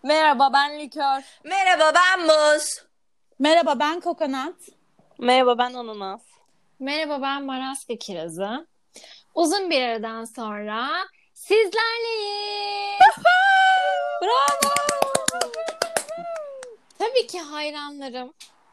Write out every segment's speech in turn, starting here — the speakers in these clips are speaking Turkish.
Merhaba ben Likör. Merhaba ben Muz. Merhaba ben Kokonat. Merhaba ben Ananas. Merhaba ben Maraska Kirazı. Uzun bir aradan sonra sizlerleyiz. Bravo. Tabii ki hayranlarım.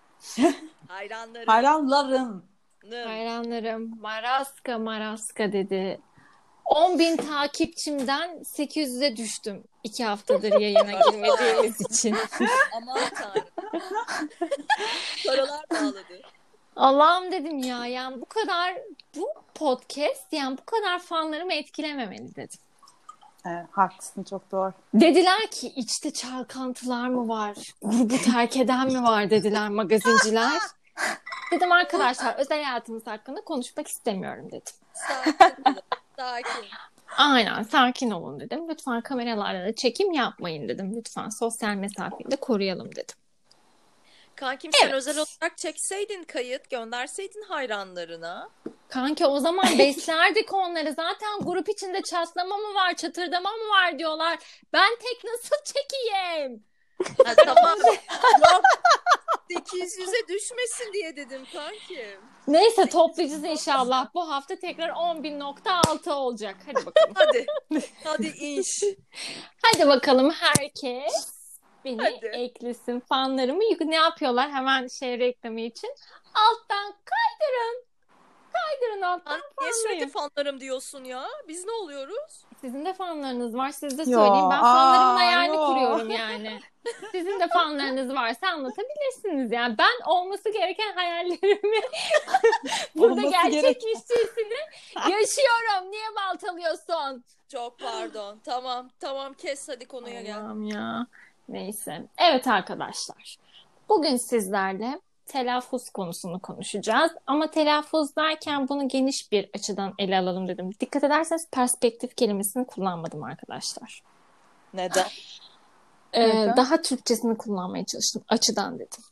Hayranlarım. Hayranlarım Maraska dedi. 10.000 takipçimden 800'e düştüm. 2 haftadır yayına girmediğimiz için. Aman tanrım. Paralar bağladı. Allah'ım dedim ya yani bu podcast yani bu kadar fanlarımı etkilememeli dedim. Haklısın, çok doğru. Dediler ki içte çalkantılar mı var? Grubu terk eden mi var dediler magazinciler. Dedim arkadaşlar özel hayatımız hakkında konuşmak istemiyorum dedim. Sakin olun. Sakin. Aynen sakin olun dedim. Lütfen kameralarla da çekim yapmayın dedim. Lütfen sosyal mesafeyi de koruyalım dedim. Kankim sen Evet. özel olarak çekseydin kayıt gönderseydin hayranlarına. Kanka o zaman beslerdik onları. Zaten grup içinde çatlama mı var, çatırdama mı var diyorlar. Ben tek nasıl çekeyim? Ha, tamam. Yok. 800'e düşmesin diye dedim kankim. Neyse toplayacağız inşallah. Bu hafta tekrar 10.000.6 olacak. Hadi bakalım. Hadi. Hadi inş. Hadi bakalım herkes beni Hadi. eklesin. Fanlarımı ne yapıyorlar hemen reklamı için? Alttan kaydırın. Kaydırın alttan Niye sürekli fanlayın. fanlarım diyorsun ya? Biz ne oluyoruz? Sizin de fanlarınız var. Siz de Yo, söyleyin. Ben fanlarımın hayalini yo. kuruyorum yani. Sizin de fanlarınız varsa anlatabilirsiniz yani. Ben olması gereken hayallerimi burada Olması gerçekleştirmesini yaşıyorum. Niye baltalıyorsun? Çok pardon. Tamam kes hadi konuya gel. Allah'ım ya. Neyse. Evet arkadaşlar. Bugün sizlerle telaffuz konusunu konuşacağız. Ama telaffuz derken bunu geniş bir açıdan ele alalım dedim. Dikkat ederseniz perspektif kelimesini kullanmadım arkadaşlar. Neden? Neden? Daha Türkçesini kullanmaya çalıştım. Açıdan dedim.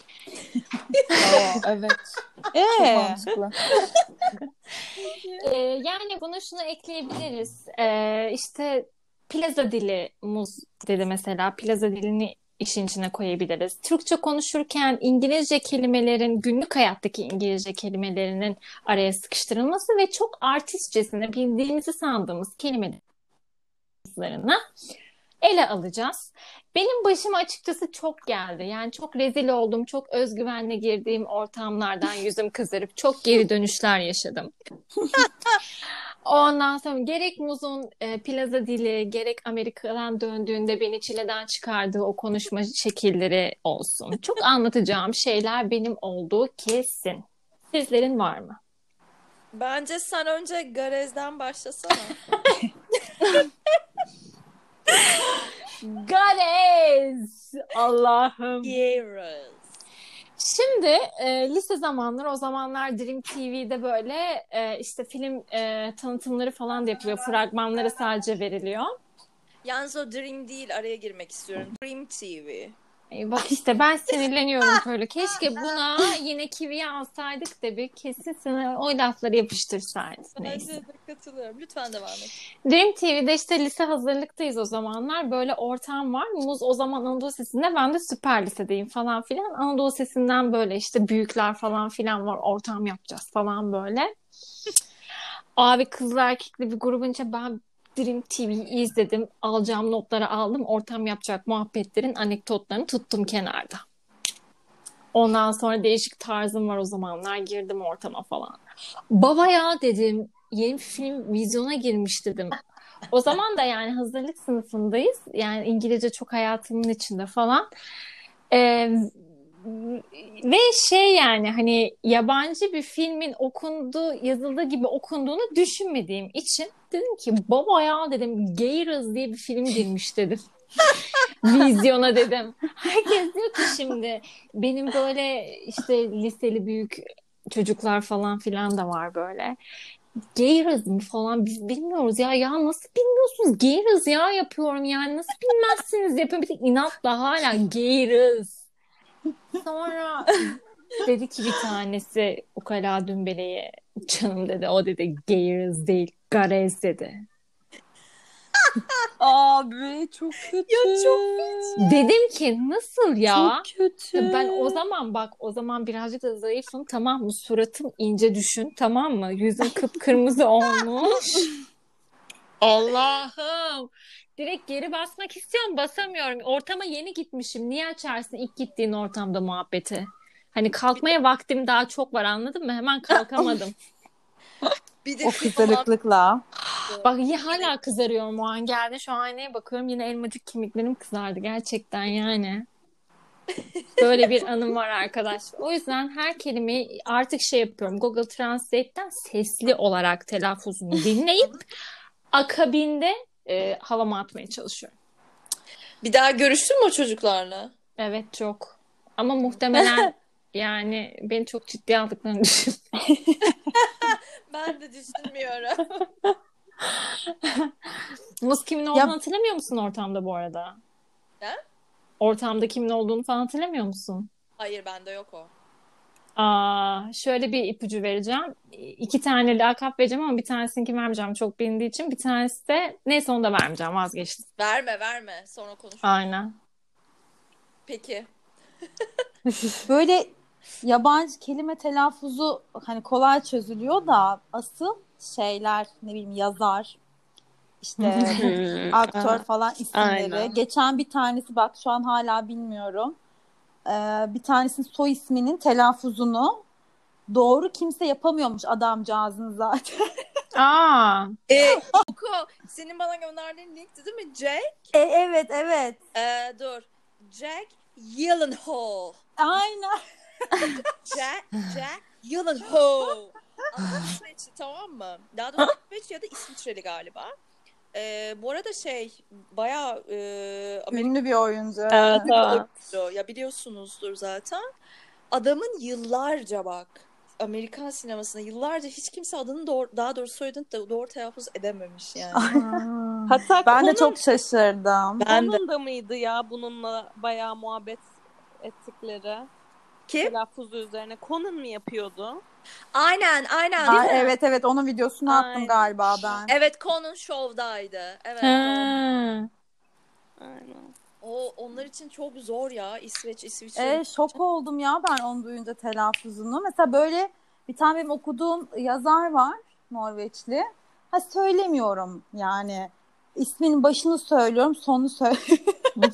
Evet. Çok mantıklı. Yani buna şunu ekleyebiliriz. İşte plaza dili muz dedi mesela. Plaza dilini işin içine koyabiliriz. Türkçe konuşurken İngilizce kelimelerin, günlük hayattaki İngilizce kelimelerinin araya sıkıştırılması ve çok artistçesine bildiğimizi sandığımız kelimelerin ele alacağız. Benim başıma açıkçası çok geldi. Yani çok rezil oldum. Çok özgüvenle girdiğim ortamlardan yüzüm kızarıp çok geri dönüşler yaşadım. Ondan sonra gerek Muz'un plaza dili, gerek Amerika'dan döndüğünde beni çileden çıkardığı o konuşma şekilleri olsun. Çok anlatacağım şeyler benim olduğu kesin. Sizlerin var mı? Bence sen önce Garez'den başlasana. Garez! Allah'ım. Yearız. Şimdi lise zamanları o zamanlar Dream TV'de böyle işte film tanıtımları falan da yapılıyor. Fragmanları sadece veriliyor. Yalnız o Dream değil araya girmek istiyorum. Dream TV. Bak işte ben sinirleniyorum böyle. Keşke buna yine Kiwi'yi alsaydık da bir kesin sana o lafları yapıştırsaydık. Neyse. Bence de katılıyorum. Lütfen devam et. Dream TV'de işte lise hazırlıktayız o zamanlar. Böyle ortam var. Muz o zaman Anadolu Lisesi'nde, ben de süper lisedeyim falan filan. Anadolu Lisesi'nden böyle işte büyükler falan filan var. Ortam yapacağız falan böyle. Abi kızlı erkekli bir grubun içinde ben Dream TV'yi izledim. Alacağım notları aldım. Ortam yapacak muhabbetlerin anekdotlarını tuttum kenarda. Ondan sonra değişik tarzım var o zamanlar. Girdim ortama falan. Baba ya dedim. Yeni film vizyona girmiş dedim. O zaman da yani hazırlık sınıfındayız. Yani İngilizce çok hayatımın içinde falan. Ve yani hani yabancı bir filmin yazıldığı gibi okunduğunu düşünmediğim için dedim ki baba ya dedim Gayrız diye bir film girmiş dedim. Vizyona dedim. Herkes diyor ki şimdi benim böyle işte liseli büyük çocuklar falan filan da var böyle. Gayrız mı falan biz bilmiyoruz ya nasıl bilmiyorsunuz Gayrız ya yapıyorum yani nasıl bilmezsiniz yapıyorum bir tek inatla hala Gayrız. Sonra dedi ki bir tanesi ukala dümbeleye canım dedi o dedi Gayrız değil Garez dedi. Abi çok kötü. Ya çok Dedim ki nasıl ya? Çok kötü. Ben o zaman bak o zaman birazcık da zayıfım, tamam mı? Suratım ince düşün, tamam mı? Yüzüm kıpkırmızı olmuş. Allah'ım. Direkt geri basmak istiyorum, basamıyorum. Ortama yeni gitmişim. Niye açarsın ilk gittiğin ortamda muhabbeti? Hani kalkmaya vaktim daha çok var, anladın mı? Hemen kalkamadım. Bir de O kızarıklıkla. Bak ya hala kızarıyorum o an geldi. Şu aynaya bakıyorum, yine elmacık kemiklerim kızardı gerçekten yani. Böyle bir anım var arkadaşlar. O yüzden her kelimeyi artık şey yapıyorum. Google Translate'ten sesli olarak telaffuzunu dinleyip akabinde havama atmaya çalışıyorum. Bir daha görüştün mü o çocuklarla? Evet, çok. Ama muhtemelen yani beni çok ciddiye aldıklarını düşünüyorum. Ben de düşünmüyorum. Muz kimin olduğunu hatırlamıyor musun ortamda bu arada? Ne? Ortamda kimin olduğunu falan hatırlamıyor musun? Hayır, bende yok o. Şöyle bir ipucu vereceğim. 2 tane lakap vereceğim ama bir tanesini vermeyeceğim çok bilindiği için. Bir tanesi de neyse, onu da vermeyeceğim, vazgeçtim. Verme. Sonra konuşuruz. Aynen. Peki. Böyle yabancı kelime telaffuzu hani kolay çözülüyor da asıl şeyler ne bileyim yazar işte aktör falan isimleri. Aynen. Geçen bir tanesi bak şu an hala bilmiyorum. Bir tanesinin soy isminin telaffuzunu doğru kimse yapamıyormuş adamcağızın zaten. Aa, Oku. Senin bana gönderdiğin linkti değil mi? Jack? Evet. Dur. Jack Gyllenhaal. Aynen. Jack Gyllenhaal. Adam İsveçli, tamam mı? Daha doğrusu İsveç ya da İsviçreli galiba. Bu arada bayağı Ünlü bir oyuncu. Evet. oyuncu. Ya biliyorsunuzdur zaten. Adamın yıllarca bak Amerikan sinemasında yıllarca hiç kimse adını daha doğrusu soyadını da doğru telaffuz edememiş yani. Hatta Ben de çok şaşırdım. Onun da mıydı ya bununla bayağı muhabbet ettikleri? Kim? Telaffuzu üzerine. Conan mı yapıyordu? Aynen. Ha, evet onun videosunu attım Aynen. galiba ben. Evet, Conan Show'daydı. Evet. ha. Aynen. Onlar için çok zor ya, İsviçre. Şok oldum ya ben onu duyunca telaffuzunu. Mesela böyle bir tane benim okuduğum yazar var Norveçli. Söylemiyorum yani. İsminin başını söylüyorum, sonunu söylüyorum.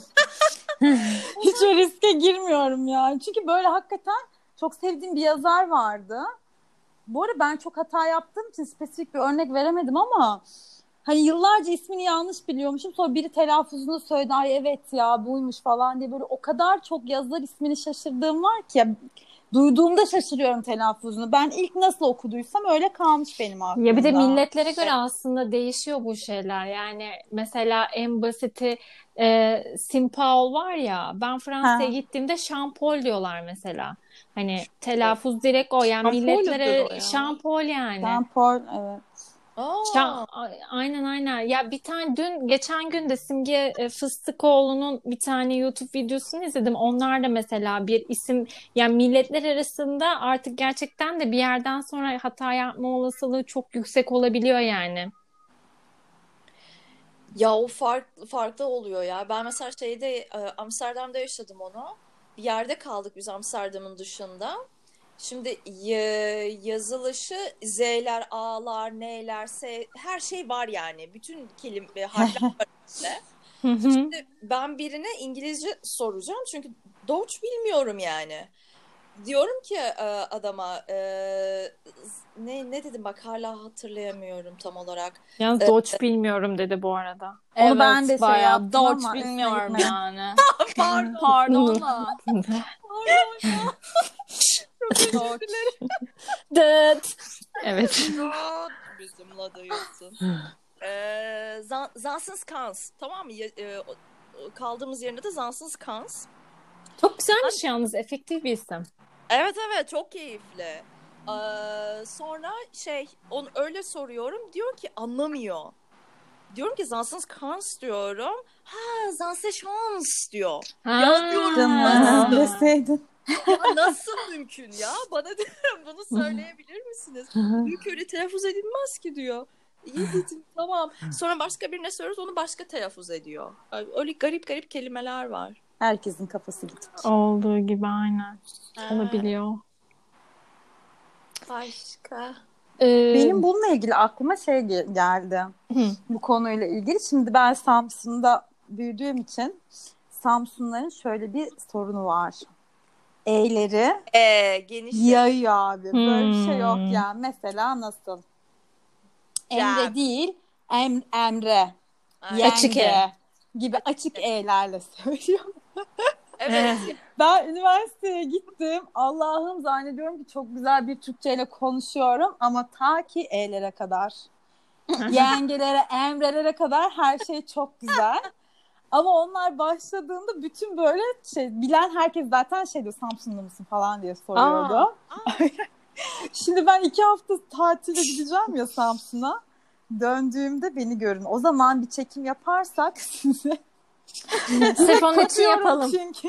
Hiç o riske girmiyorum yani. Çünkü böyle hakikaten çok sevdiğim bir yazar vardı. Bu arada ben çok hata yaptığım için spesifik bir örnek veremedim ama hani yıllarca ismini yanlış biliyormuşum. Sonra biri telaffuzunu söyledi. Ay evet ya buymuş falan diye böyle o kadar çok yazar ismini şaşırdığım var ki. Duyduğumda şaşırıyorum telaffuzunu. Ben ilk nasıl okuduysam öyle kalmış benim aklımda. Ya bir de milletlere göre aslında değişiyor bu şeyler. Yani mesela en basiti St. Paul var ya, ben Fransa'ya gittiğimde Jean Paul diyorlar mesela. Hani telaffuz direkt o. Yani milletlere Jean Paul yani. Jean Paul evet. Aynen. Ya bir tane geçen gün de Simge Fıstıkoğlu'nun bir tane YouTube videosunu izledim. Onlar da mesela bir isim, yani milletler arasında artık gerçekten de bir yerden sonra hata yapma olasılığı çok yüksek olabiliyor yani. Ya o farklı oluyor ya. Ben mesela Amsterdam'da yaşadım onu. Bir yerde kaldık biz Amsterdam'ın dışında. Şimdi yazılışı Z'ler, A'lar, N'ler, her şey var yani. Bütün kelime harfler var içinde. Şimdi ben birine İngilizce soracağım çünkü Deutsch bilmiyorum yani. Diyorum ki adama ne dedim bak hala hatırlayamıyorum tam olarak. Yalnız Deutsch bilmiyorum dedi bu arada. Onu ben de bayağı yaptım Deutsch ama bilmiyorum üstüne yani. Pardon. da. Deutsch. Evet. Bizimle duyuyorsun. Zansız Kans. Tamam mı? Kaldığımız yerinde de Zansız Kans. Çok güzelmiş yalnız. Efektif bir isim. Evet çok keyifli. Sonra onu öyle soruyorum. Diyor ki anlamıyor. Diyorum ki Zansız Kans diyorum. Zansız Şans diyor. Ya diyorum canım deseydin. Ya nasıl mümkün ya? Bana diyorum bunu söyleyebilir misiniz? Diyor ki öyle telaffuz edilmez ki diyor. İyi dedim tamam. Sonra başka birine soruyoruz onu başka telaffuz ediyor. Öyle garip garip kelimeler var. Herkesin kafası gidik. Olduğu gibi aynen. Ha, Olabiliyor. başka. Benim bununla ilgili aklıma şey geldi. Hı. Bu konuyla ilgili. Şimdi ben Samsun'da büyüdüğüm için Samsunların şöyle bir sorunu var. E'leri Geniş. yayıyor abi. Böyle bir şey yok Hmm. yani. Mesela nasıl? Cem. Emre değil, Emre, Aynen. Açık yenge gibi açık E'lerle söylüyor. Evet. Ben üniversiteye gittim. Allah'ım zannediyorum ki çok güzel bir Türkçeyle konuşuyorum ama ta ki E'lere kadar. Yengelere, Emre'lere kadar her şey çok güzel. Ama onlar başladığında bütün böyle bilen herkes zaten şey diyor, Samsunlu musun falan diye soruyordu. Şimdi ben 2 hafta tatile gideceğim ya Samsun'a. Döndüğümde beni görün. O zaman bir çekim yaparsak size Sırf onun için kapıyorum yapalım. çünkü.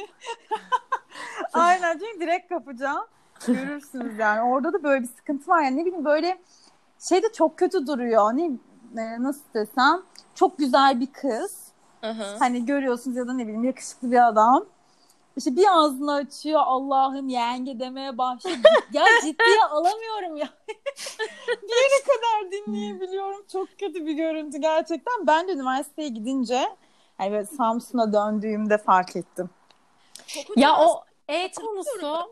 Aynen, çünkü direkt kapacağım. Görürsünüz yani. Orada da böyle bir sıkıntı var. Yani ne bileyim, böyle şey de çok kötü duruyor. Nasıl desem, çok güzel bir kız. Hı-hı. Hani görüyorsunuz ya da ne bileyim yakışıklı bir adam. İşte bir ağzını açıyor, Allah'ım yenge demeye başlıyor. Ya ciddiye alamıyorum ya. Bir yere kadar dinleyebiliyorum. Çok kötü bir görüntü gerçekten. Ben de üniversiteye gidince, yani böyle Samsun'a döndüğümde fark ettim. Ya o konusu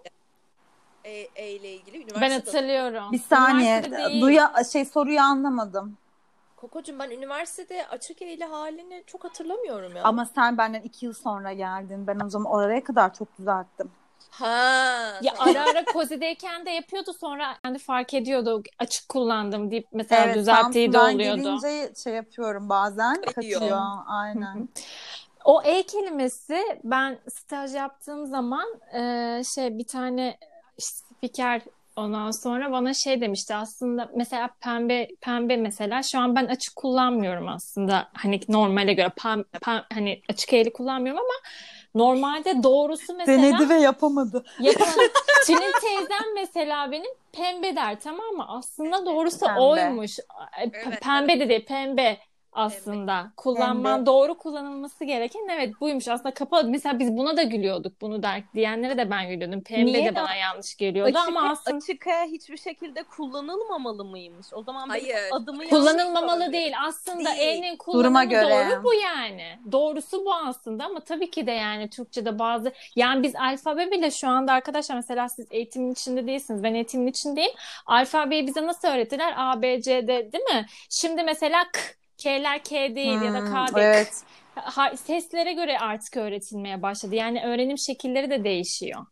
ile ilgili ben üniversitede. hatırlıyorum. Bir saniye, Üniversitede değil. soruyu anlamadım. Kokocuğum ben üniversitede açık eğili halini çok hatırlamıyorum ya. Ama sen benden 2 yıl sonra geldin. Ben o zaman oraya kadar çok düzelttim. Ha. Ya ara ara Kozi'deyken de yapıyordu, sonra kendi fark ediyordu açık kullandım deyip mesela düzelttiği de Samsun'dan oluyordu. gelince şey yapıyorum bazen, kaçıyor. Aynen. O kelimesi, ben staj yaptığım zaman bir tane spiker ondan sonra bana şey demişti, aslında mesela pembe mesela şu an ben açık kullanmıyorum aslında, hani normale göre hani açık eğri kullanmıyorum ama normalde doğrusu mesela Denedi ve yapamadı. Tülin teyzem mesela benim pembe der, tamam mı? Aslında doğrusu Pembe. oymuş. Evet, Pembe de değil, pembe aslında. Pembe. Doğru kullanılması gereken evet buymuş. Aslında kapalı. Mesela biz buna da gülüyorduk, bunu diyenlere de ben gülüyordum. Pembe Niye de bana yanlış geliyordu ama aslında açık E hiçbir şekilde kullanılmamalı mıymış? O zaman benim Hayır. adımı kullanılmamalı yanlış değil. Aslında Değil. E'nin Duruma kullanımı göre. doğru bu yani. Doğrusu bu aslında ama tabii ki de yani Türkçe'de bazı, yani biz alfabe bile şu anda arkadaşlar, mesela siz eğitimin içinde değilsiniz. Ben eğitimin içindeyim. Alfabeyi bize nasıl öğrettiler? A, B, C, D değil mi? Şimdi mesela K'ler K değil ya da K değil. Evet. Seslere göre artık öğretilmeye başladı. Yani öğrenim şekilleri de değişiyor.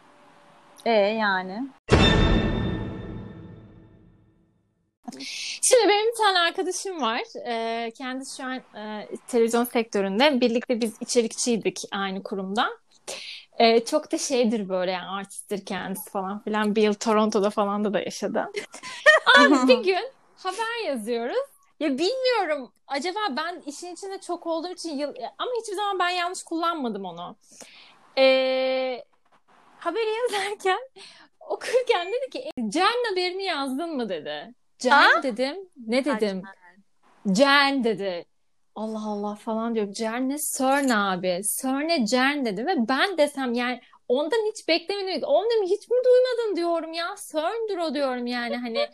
Yani. Şimdi benim bir tane arkadaşım var. Kendisi şu an televizyon sektöründe. Birlikte biz içerikçiydik aynı kurumda. Çok da şeydir böyle, yani artisttir kendisi falan filan. Bir yıl Toronto'da falan da yaşadı. Abi bir gün haber yazıyoruz. Ya bilmiyorum, acaba ben işin içinde çok olduğum için ama hiçbir zaman ben yanlış kullanmadım onu. Haberi yazarken okurken dedi ki Cen haberini yazdın mı dedi. Cen dedim. Ne dedim? Cen dedi. Allah Allah falan diyorum. Cen ne? Sör ne abi? Sör ne Cen dedi ve ben desem yani ondan hiç beklemedim. Ondan hiç mi duymadın diyorum ya. Sör'ndür o diyorum yani hani.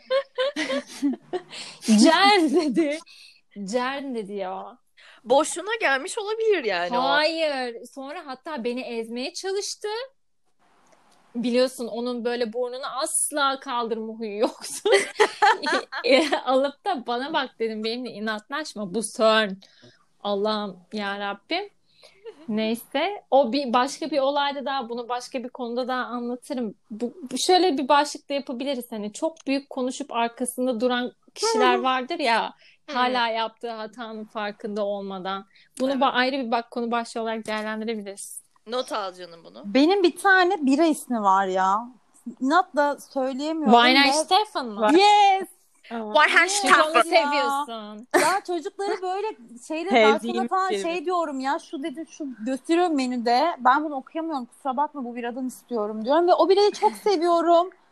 Cen dedi. Cen dedi ya. Boşuna gelmiş olabilir yani o. Hayır. Sonra hatta beni ezmeye çalıştı. Biliyorsun onun böyle burnunu asla kaldırma huyu yoktu. Alıp da bana bak dedim, benimle inatlaşma, bu Sörn. Allah'ım ya Rabbim. Neyse, o başka bir olayda daha, bunu başka bir konuda daha anlatırım. Bu şöyle bir başlıkta yapabiliriz, hani çok büyük konuşup arkasında duran kişiler vardır ya, hala yaptığı hatanın farkında olmadan. Bunu Evet. ayrı bir konu başlığı olarak değerlendirebiliriz. Not al canım bunu. Benim bir tane bira ismi var ya. İnatla söyleyemiyorum. Weihenstephan mı? Yes. Çünkü onu seviyorsun. Ya çocukları böyle şeyde Sevdiğim balkona falan kelime. şey diyorum ya, şu dedim, şu gösteriyorum menüde. Ben bunu okuyamıyorum, kusura bakma, bu biradan istiyorum diyorum ve o birayı çok seviyorum.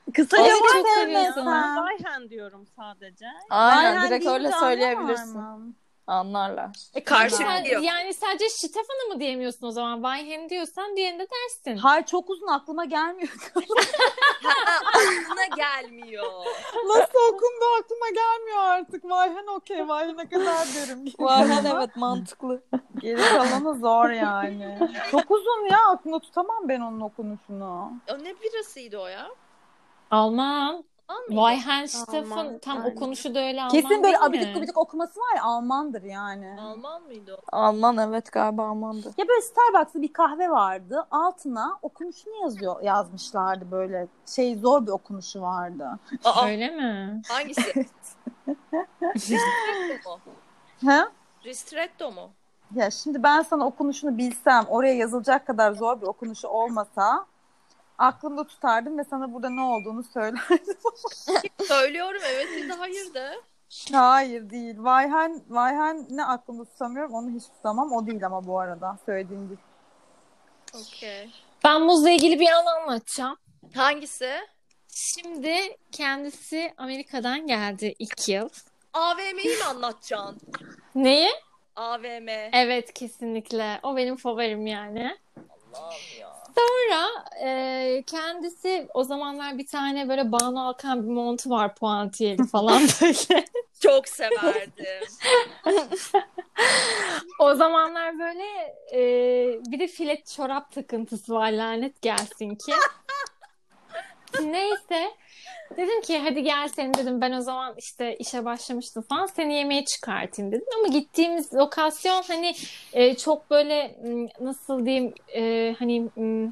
Kısaca Ay, Yavaş çok Wayhan seviyorsun. ya. Wayhan diyorum sadece. Aynen Aynen direkt öyle deyince söyleyebilirsin. anlıyorlar mı? Anlarlar. Karşı Sen, biliyor. yani sadece Stefan'ı mı diyemiyorsun o zaman? Wayhan diyorsan diğerini de dersin. Hayır, çok uzun aklıma gelmiyor. Aklına gelmiyor. Nasıl okundu aklıma gelmiyor artık. Vayhan okey. Vayhan'a kadar derim. Wayhan evet mantıklı. Geri kalanı zor yani. Çok uzun ya. Aklımda tutamam ben onun okunuşunu. O ne birasıydı o ya? Alman. Alman mıydı? Wayhan Stefan Alman, tam aynen. okunuşu da öyle Alman Kesin böyle değil abidik mi? gubidik okuması var ya, Almandır yani. Alman mıydı o? Alman evet galiba Almandı. Ya böyle Starbucks'ta bir kahve vardı. Altına okunuşunu yazmışlardı böyle. Zor bir okunuşu vardı. Aa, Öyle mi? hangisi? Ristretto mu? He? Ristretto mu? Ya şimdi ben sana okunuşunu bilsem, oraya yazılacak kadar zor bir okunuşu olmasa aklımda tutardım ve sana burada ne olduğunu söylerdim. Söylüyorum evet ya da hayır de. Hayır değil. Vayhan ne aklımda tutamıyorum, onu hiç tutamam. O değil ama bu arada söylediğim değil. Okey. Ben muzla ilgili bir an anlatacağım. Hangisi? Şimdi kendisi Amerika'dan geldi 2 yıl. AVM'yi mi anlatacaksın? Neyi? AVM. Evet kesinlikle. O benim favorim yani. Allah'ım ya. Sonra kendisi o zamanlar bir tane böyle Banu Alkan bir montu var puantiyeli falan böyle. Çok severdim. O zamanlar böyle bir de filet çorap takıntısı var lanet gelsin ki. Neyse dedim ki hadi gel seni dedim ben o zaman işte işe başlamıştım falan seni yemeğe çıkartayım dedim ama gittiğimiz lokasyon hani çok böyle nasıl diyeyim hani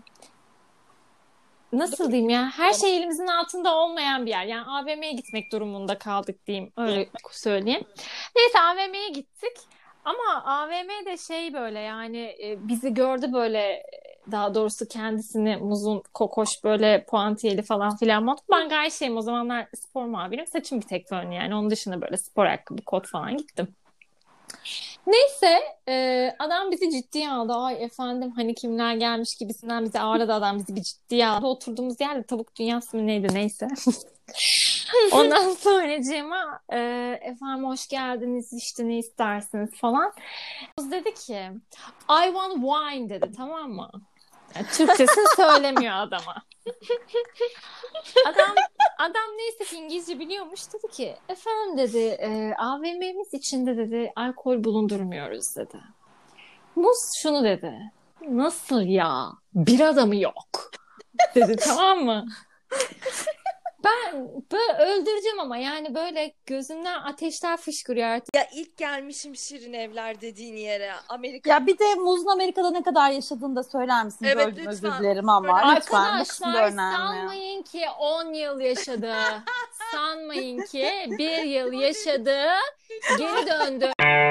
nasıl diyeyim ya her şey elimizin altında olmayan bir yer yani AVM'ye gitmek durumunda kaldık diyeyim öyle söyleyeyim. Neyse AVM'ye gittik ama AVM'de böyle yani bizi gördü böyle daha doğrusu kendisini muzun kokoş böyle puantiyeli falan filan mont. Ben gayet o zamanlar spor muhabirim. Saçım bir tek fön yani. Onun dışında böyle spor ayakkabı, kot falan gittim. Neyse adam bizi ciddiye aldı. Ay efendim hani kimler gelmiş gibisinden bizi ağırladı adam bizi bir ciddiye aldı. Oturduğumuz yerde tavuk dünyası mı neydi neyse. Ondan sonracığıma efendim hoş geldiniz işte ne istersiniz falan. Kız dedi ki I want wine dedi tamam mı? Yani Türkçesini söylemiyor adama. Adam neyse ki İngilizce biliyormuş dedi ki efendim dedi AVM'miz içinde dedi alkol bulundurmuyoruz dedi. Muz şunu dedi. Nasıl ya? Bir adamı yok. Dedi tamam mı? Ben böyle öldüreceğim ama yani böyle gözümden ateşler fışkırıyor artık. Ya ilk gelmişim Şirin Evler dediğin yere. Amerika. Ya bir de Muz'un Amerika'da ne kadar yaşadığını da söyler misin? Evet, Böldüm, lütfen. özür dilerim ama lütfen bu kısım da Arkadaşlar önemli. sanmayın ki 10 yıl yaşadı. Sanmayın ki 1 yıl yaşadı. Geri döndü.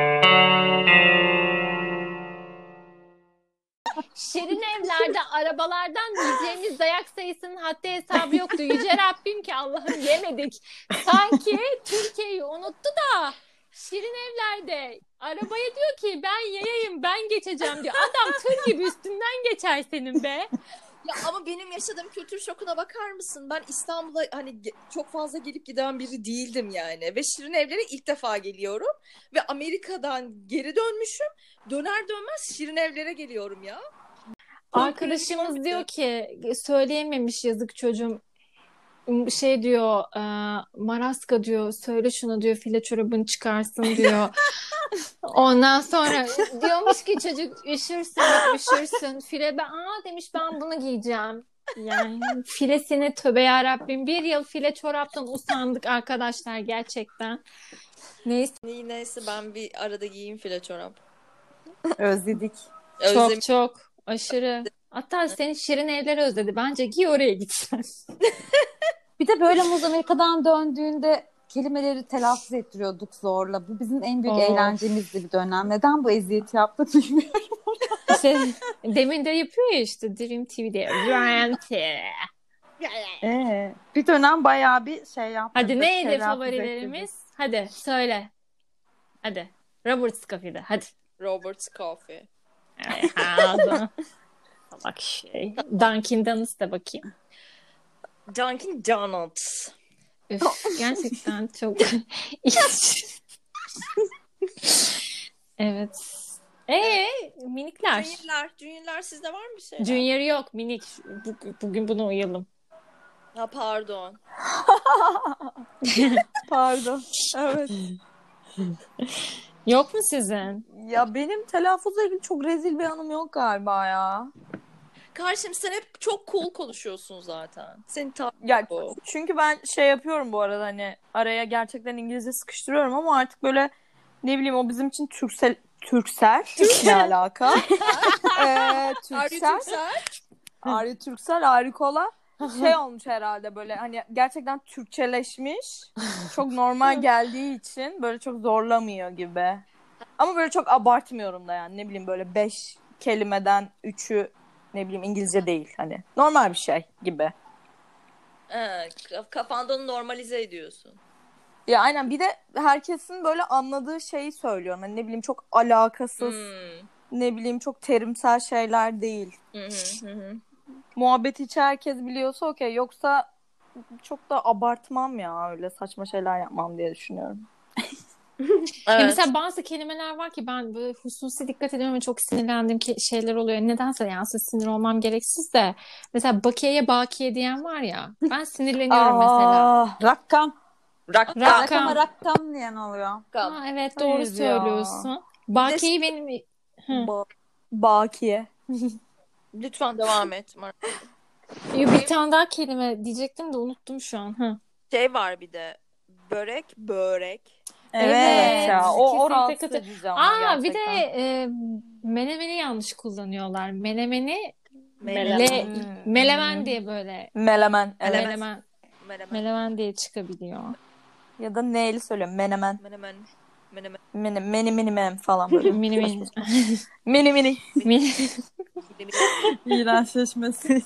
Şirin evlerde arabalardan yiyeceğimiz dayak sayısının haddi hesabı yoktu. Yüce Rabbim ki Allah'ım yemedik. Sanki Türkiye'yi unuttu da Şirin evlerde arabaya diyor ki ben yayayım ben geçeceğim diyor. Adam tır gibi üstünden geçer senin be. Ya ama benim yaşadığım kültür şokuna bakar mısın? Ben İstanbul'a hani çok fazla gelip giden biri değildim yani. Ve Şirin Evler'e ilk defa geliyorum. Ve Amerika'dan geri dönmüşüm. Döner dönmez Şirin Evler'e geliyorum ya. Arkadaşımız diyor ki söyleyememiş yazık çocuğum. Diyor Maraska diyor söyle şuna diyor file çorabını çıkarsın diyor. Ondan sonra diyormuş ki çocuk üşürsün. File demiş ben bunu giyeceğim. Yani filesine tövbe yarabbim 1 yıl file çoraptan usandık arkadaşlar gerçekten. Neyse ben bir arada giyeyim file çorap. Özledik. Çok aşırı. Hatta seni Şirin Evler özledi. Bence giy oraya gitsen. Bir de böyle Muz Amerika'dan döndüğünde kelimeleri telaffuz ettiriyorduk zorla. Bu bizim en büyük eğlencemizdi bir dönem. Neden bu eziyeti yaptık bilmiyorum. İşte demin de yapıyor ya işte Dream TV'de. Bir dönem bayağı bir şey yaptık. Hadi neydi telaffuz favorilerimiz? ettirdik. Hadi söyle. Hadi. Robert's Coffee'de. Hadi. Robert's Coffee. Bak Dunkin Donuts da bakayım. Dunkin Donuts. Üf, gerçekten çok Evet. Minikler. Junior'lar sizde var mı bir şeyler? Junior yok, minik. Bugün buna uyalım. Ha pardon. Pardon. Evet. Yok mu sizin? Ya benim telaffuzla ilgili çok rezil bir anım yok galiba ya. Karşım sen hep çok cool konuşuyorsun zaten. Senin Ya o. çünkü ben şey yapıyorum bu arada, hani araya gerçekten İngilizce sıkıştırıyorum ama artık böyle ne bileyim, o bizim için Türksel ne alaka? Türksel. Arya Türksel, Arikola şey olmuş herhalde, böyle hani gerçekten Türkçeleşmiş. Çok normal geldiği için böyle çok zorlamıyor gibi. Ama böyle çok abartmıyorum da, yani ne bileyim böyle 5 kelimeden 3'ü ne bileyim İngilizce değil, hani normal bir şey gibi. Kafanda onu normalize ediyorsun. Ya aynen, bir de herkesin böyle anladığı şeyi söylüyorum. Hani ne bileyim çok alakasız, ne bileyim çok terimsel şeyler değil. Muhabbet içi herkes biliyorsa okey. Yoksa çok da abartmam ya, öyle saçma şeyler yapmam diye düşünüyorum. Ya mesela bazı kelimeler var ki ben böyle hususi dikkat ediyorum ve çok sinirlendiğim şeyler oluyor. Nedense yani sinir olmam gereksiz de. Mesela bakiyeye bakiye diyen var ya. Ben sinirleniyorum mesela. Rakkam. Rakam. Rakama rakkam diyen oluyor. Ha, evet doğru Hayır ya. söylüyorsun. Bakiyeyi benim... Bakiye. Lütfen devam et. Bir tane daha kelime diyecektim de unuttum şu an. Hı. Şey var bir de. Börek. Evet ya. O kesinlikle rahatsız edici ama gerçekten. Bir de menemeni yanlış kullanıyorlar. Menemeni melemen diye böyle. Melemen. Evet. Melemen diye çıkabiliyor. Ya da neyli söylüyorum? Menemen. Menemen. Mini falan böyle. Mini. Mini. Mini. İğrençleşmesi.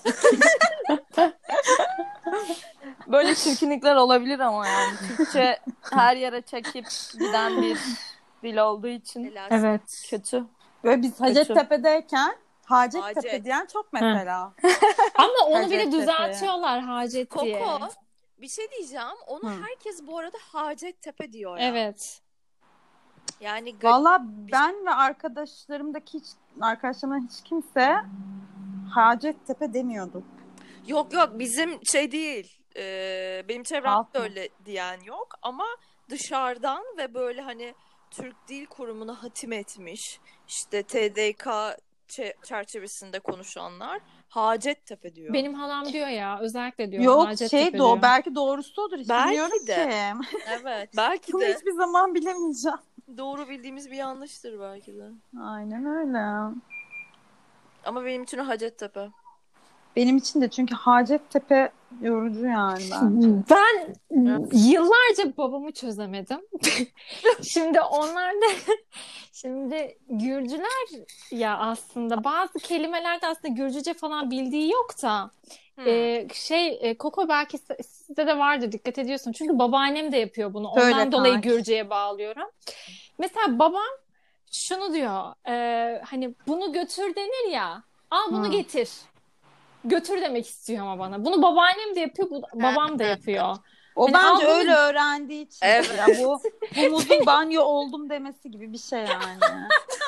Böyle çirkinlikler olabilir ama yani Türkçe her yere çekip giden bir dil olduğu için Evet. kötü. Böyle biz Hacettepe'deyken Hacettepe Hacet. diyen çok mesela. Ama onu bile Hacettepe. düzeltiyorlar Hacet diye. Koko, bir şey diyeceğim. Onu herkes bu arada Hacettepe diyor ya. Evet. Yani Valla ben ve arkadaşlarımdaki arkadaşlarımdan hiç kimse Hacettepe demiyordu. Yok bizim şey değil. Benim çevremde Halk mı? öyle diyen yok ama dışarıdan ve böyle hani Türk Dil Kurumu'na hatim etmiş, işte TDK çerçevesinde konuşanlar Hacettepe diyor. Benim halam diyor ya, özellikle diyor Yok Hacettepe diyor. belki doğrusu odur. Hiç Belki bilmiyorum de. ki. Evet, belki Bunu de hiçbir zaman bilemeyeceğim. doğru bildiğimiz bir yanlıştır belki de. Aynen öyle. Ama benim için Hacettepe. Benim için de, çünkü Hacettepe yorucu yani bence. Ben yıllarca babamı çözemedim. Şimdi onlar da şimdi Gürcüler ya, aslında bazı kelimelerde aslında Gürcüce falan bildiği yok da Koko belki sizde de vardır, dikkat ediyorsun. Çünkü babaannem de yapıyor bunu. Söyle Ondan dolayı kanki. Gürcü'ye bağlıyorum. Mesela babam şunu diyor. Hani bunu götür denir ya. Al bunu getir. Götür demek istiyor ama bana. Bunu babaannem de yapıyor, babam da yapıyor. O Hani bence al bunu- öyle öğrendiği için. Evet. Ya bu muzun banyo oldum demesi gibi bir şey yani.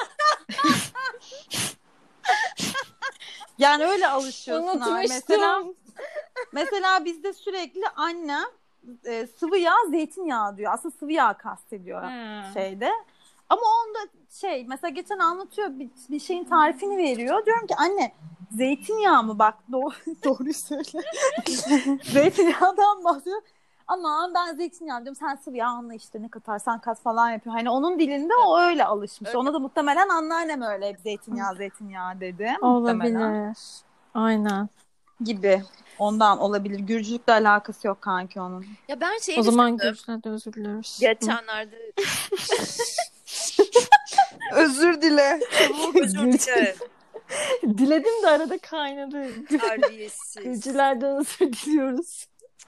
Yani öyle alışıyorsun abi. Mesela bizde sürekli annem sıvı yağ, zeytinyağı diyor. Aslında sıvı yağ kastediyor şeyde. Ama onda mesela geçen anlatıyor, bir şeyin tarifini veriyor. Diyorum ki anne, zeytinyağı mı? Bak doğruyu söyle. Zeytinyağından bahsediyor. Ama ben zeytinyağı diyorum, sen sıvı yağ anla işte, ne katarsan kat falan yapıyor. Hani onun dilinde o öyle alışmış. Öyle. Ona da muhtemelen anneannem öyle hep zeytinyağı dedi. Muhtemelen. Olabilir. Aynen. Gibi. Ondan olabilir. Gürcülükle alakası yok kanki onun. Ya ben şeyi O zaman düşündüm. Gürcüler'den özür dileriz. Geçenlerde Özür dile. özür dilerim. Diledim de arada kaynadı. Terbiyesiz. Gürcülerden özür diliyoruz.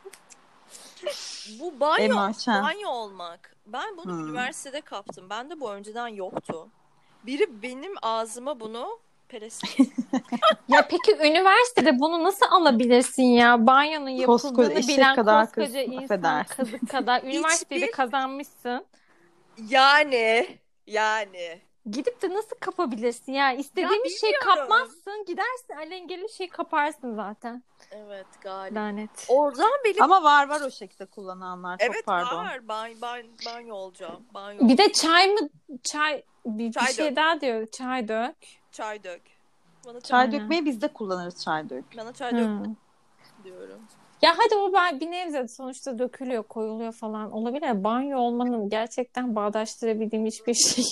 Bu banyo Emaşen. olmak. Ben bunu üniversitede kaptım. Bende bu önceden yoktu. Biri benim ağzıma bunu Perest. Ya peki üniversitede bunu nasıl alabilirsin ya? Banyonun Koskoca yapıldığını eşek bilen kadar kız, koskoca insan affedersin. kazık kadar. Üniversiteyi de Hiçbir kazanmışsın. yani Gidip de nasıl kapabilirsin ya? ya İstediğin bir şey bilmiyorum. kapmazsın. Gidersin alengirli şey kaparsın zaten. Evet galiba. Lanet. Oradan benim Ama var o şekilde kullananlar. Çok evet pardon. var. Banyo olacağım. Banyo Bir de çay mı? Çay bir Çay şey dök. daha diyor. Çay dök. Çay dök. Bana Çay Aynen. dökmeyi biz de kullanırız, çay dök. Bana çay dök Hı. diyorum. Ya hadi o bir nebze sonuçta dökülüyor, koyuluyor falan olabilir. Banyo olmanın gerçekten bağdaştırabildiğim hiçbir şey.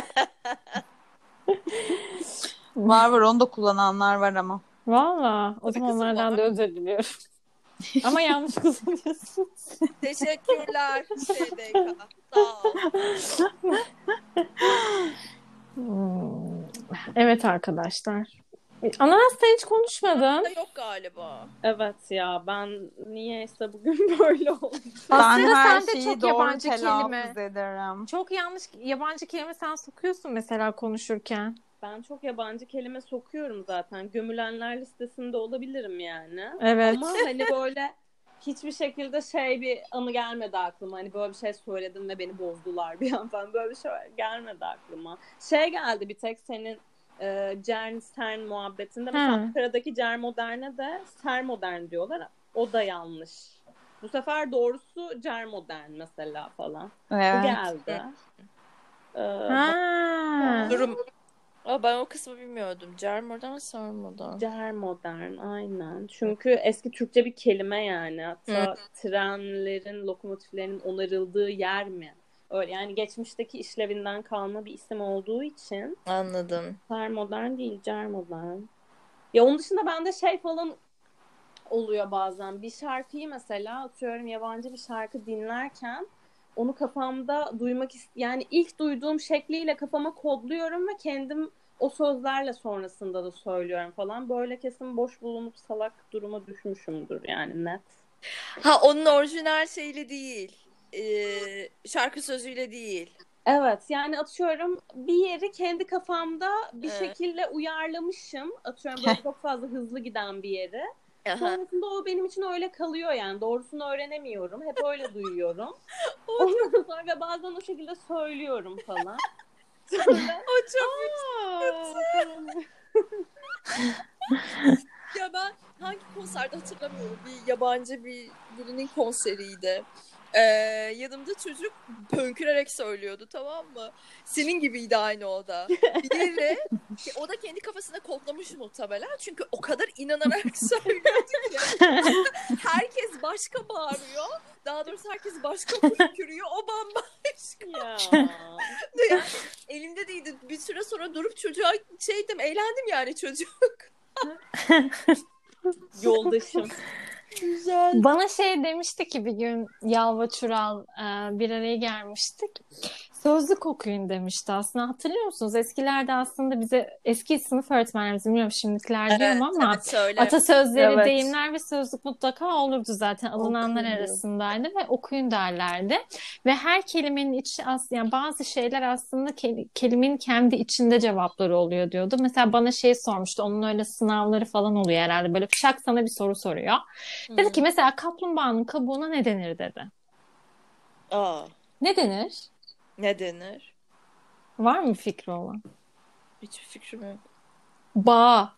Var onu da kullananlar var ama. Valla. O Tabii zaman kızım onlardan var. da özür diliyorum. Ama yanlış kullanıyorsun. Teşekkürler SDK. Sağ ol. Evet arkadaşlar. Ananas'ta hiç konuşmadın. Da yok galiba. Evet ya ben niyeyse bugün böyle oldum. Ben Aslında her sen de şeyi çok doğru yabancı telaffuz kelime. ederim. Çok yanlış yabancı kelime sen sokuyorsun mesela konuşurken. Ben çok yabancı kelime sokuyorum zaten. Gömülenler listesinde olabilirim yani. Evet. Ama hani böyle hiçbir şekilde bir anı gelmedi aklıma. Hani böyle bir şey söyledim ve beni bozdular bir an falan. Böyle bir şey gelmedi aklıma. Geldi bir tek senin Cern Stern muhabbetinde. Mesela Ankara'daki Cermodern'e de Sermodern diyorlar. O da yanlış. Bu sefer doğrusu Cermodern mesela falan. Evet. Bu geldi. Ha. Durum. Ben o kısmı bilmiyordum. Cermodern, Sarmodern. Cermodern aynen. Çünkü eski Türkçe bir kelime yani. Hatta trenlerin, lokomotiflerin onarıldığı yer mi? Öyle yani geçmişteki işlevinden kalma bir isim olduğu için. Anladım. Cermodern değil, Cermodern. Ya onun dışında bende falan oluyor bazen. Bir şarkıyı mesela atıyorum yabancı bir şarkı dinlerken onu kafamda yani ilk duyduğum şekliyle kafama kodluyorum ve kendim o sözlerle sonrasında da söylüyorum falan. Böyle kesin boş bulunup salak duruma düşmüşümdür yani net. Onun orijinal şeyle değil. Şarkı sözüyle değil. Evet yani atıyorum bir yeri kendi kafamda bir şekilde uyarlamışım. Atıyorum böyle çok fazla hızlı giden bir yeri. Sonrasında o benim için öyle kalıyor yani. Doğrusunu öğrenemiyorum. Hep öyle duyuyorum. Ondan sonra ve bazen o şekilde söylüyorum falan. Sonra, O çok kötü. Ya ben hangi konserde hatırlamıyorum. Bir yabancı birinin konseriydi. Yanımda çocuk pönkürerek söylüyordu, tamam mı? Senin gibiydi aynı o da. Biri o da kendi kafasına kodlamış muhtemelen. Çünkü o kadar inanarak söylüyordu ki. Herkes başka bağırıyor. Daha doğrusu herkes başka pönkürüyor. O bambaşka. ya. Yani elimde değildi. Bir süre sonra durup çocuğa dedim, eğlendim yani çocuk. Yoldaşım. Güzel. Bana demişti ki bir gün Yalva Çural bir araya gelmiştik. Sözlük okuyun demişti aslında. Hatırlıyor musunuz? Eskilerde aslında bize eski sınıf öğretmenlerimiz, bilmiyorum şimdikiler diyorum ama atasözleri, Evet. deyimler ve sözlük mutlaka olurdu zaten. Alınanlar Okuyun. arasındaydı ve okuyun derlerdi. Ve her kelimenin içi aslında yani bazı şeyler aslında kelimenin kendi içinde cevapları oluyor diyordu. Mesela bana sormuştu. Onun öyle sınavları falan oluyor herhalde. Böyle şak sana bir soru soruyor. Dedi ki mesela kaplumbağanın kabuğuna ne denir dedi. Ne denir? Ne denir? Var mı fikri olan? Hiçbir fikrim yok. Bağ.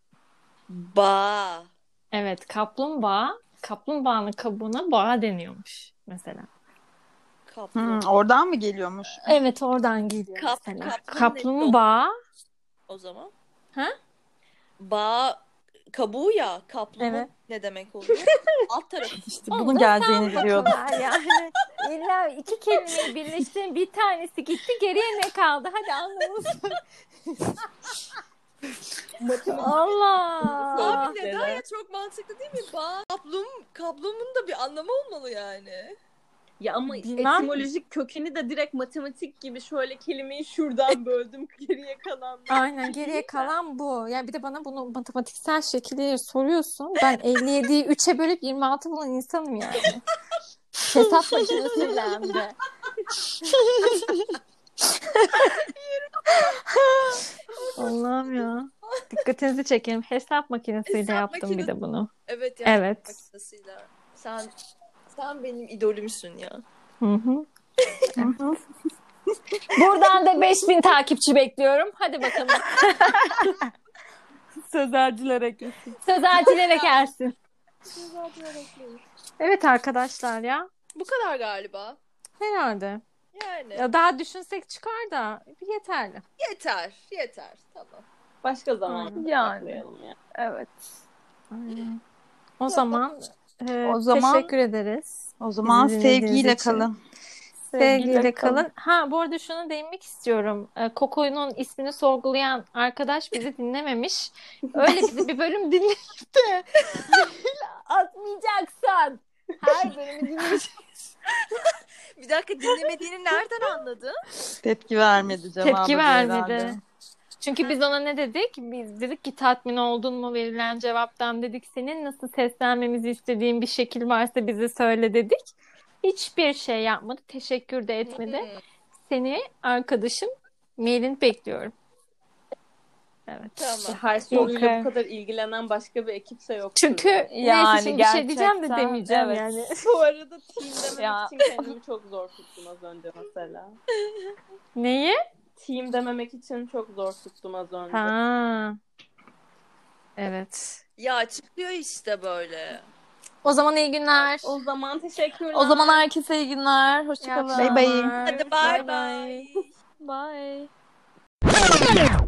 Bağ. Evet, kaplumbağanın kabuğuna bağ deniyormuş mesela. Oradan mı geliyormuş? Evet, oradan geliyor mesela. Kaplumbağa. O zaman. Ha? Bağ kabuğu ya, kaplumbağa Evet. ne demek oluyor? Alt tarafı. İşte bunun geleceğini biliyordum. Yani illa iki kelimeyi birleştirin, bir tanesi gitti, geriye ne kaldı? Hadi anlamı Allah. Abi neden ya, çok mantıklı değil mi? Bağ, kablumun da bir anlamı olmalı yani. Ya ama Bilmem. etimolojik kökeni de direkt matematik gibi şöyle kelimeyi şuradan böldüm geriye kalan. Aynen, geriye kalan bu. Yani bir de bana bunu matematiksel şekilde soruyorsun. Ben 57'yi 3'e bölüp 26 bulan insanım yani. Hesap makinesiyle hem de. Allah'ım ya. Dikkatinizi çekelim. Hesap makinesiyle Hesap yaptım bir makinesi. de bunu. Evet ya. Evet. Makinesiyle. Sen benim idolümsün ya. Hı hı. Buradan da 5000 takipçi bekliyorum. Hadi bakalım. Sözerciler eklesin. Sözelcilere gelsin. Evet arkadaşlar ya. Bu kadar galiba. Herhalde. Yani. Ya daha düşünsek çıkar da yeterli. Yeter. Tamam. Başka zaman Yani. saklayalım ya. Evet. O zaman O zaman- teşekkür ederiz. O zaman Bizi dinlediğiniz sevgiyle için. kalın. Sevgiyle kalın. Ha bu arada şunu değinmek istiyorum. Koko'nun ismini sorgulayan arkadaş bizi dinlememiş. Öyle bizi bir bölüm dinleyip de atmayacaksan her bölümü dinleyeceksin. Bir dakika, dinlemediğini nereden anladın? Tepki vermedi cevabı. Tepki herhalde. vermedi. Çünkü biz ona ne dedik? Biz dedik ki tatmin oldun mu verilen cevaptan, dedik senin nasıl seslenmemizi istediğin bir şekil varsa bize söyle dedik. Hiçbir şey yapmadı. Teşekkür de etmedi. Seni arkadaşım mailini bekliyorum. Evet. Tamam. Her soruyla Okay. bu kadar ilgilenen başka bir ekipse yok. Çünkü Yani neyse şimdi bir şey diyeceğim de gerçekten, demeyeceğim evet. yani. Bu arada team dememek Ya. için kendimi çok zor tuttum az önce mesela. Neyi? Team dememek için çok zor tuttum az önce. Ha. Evet. Ya çıkıyor işte böyle. O zaman iyi günler. O zaman teşekkürler. O zaman herkese iyi günler. Hoşçakalın. İyi Bay bay. akşamlar. Hadi bay bay. Bye.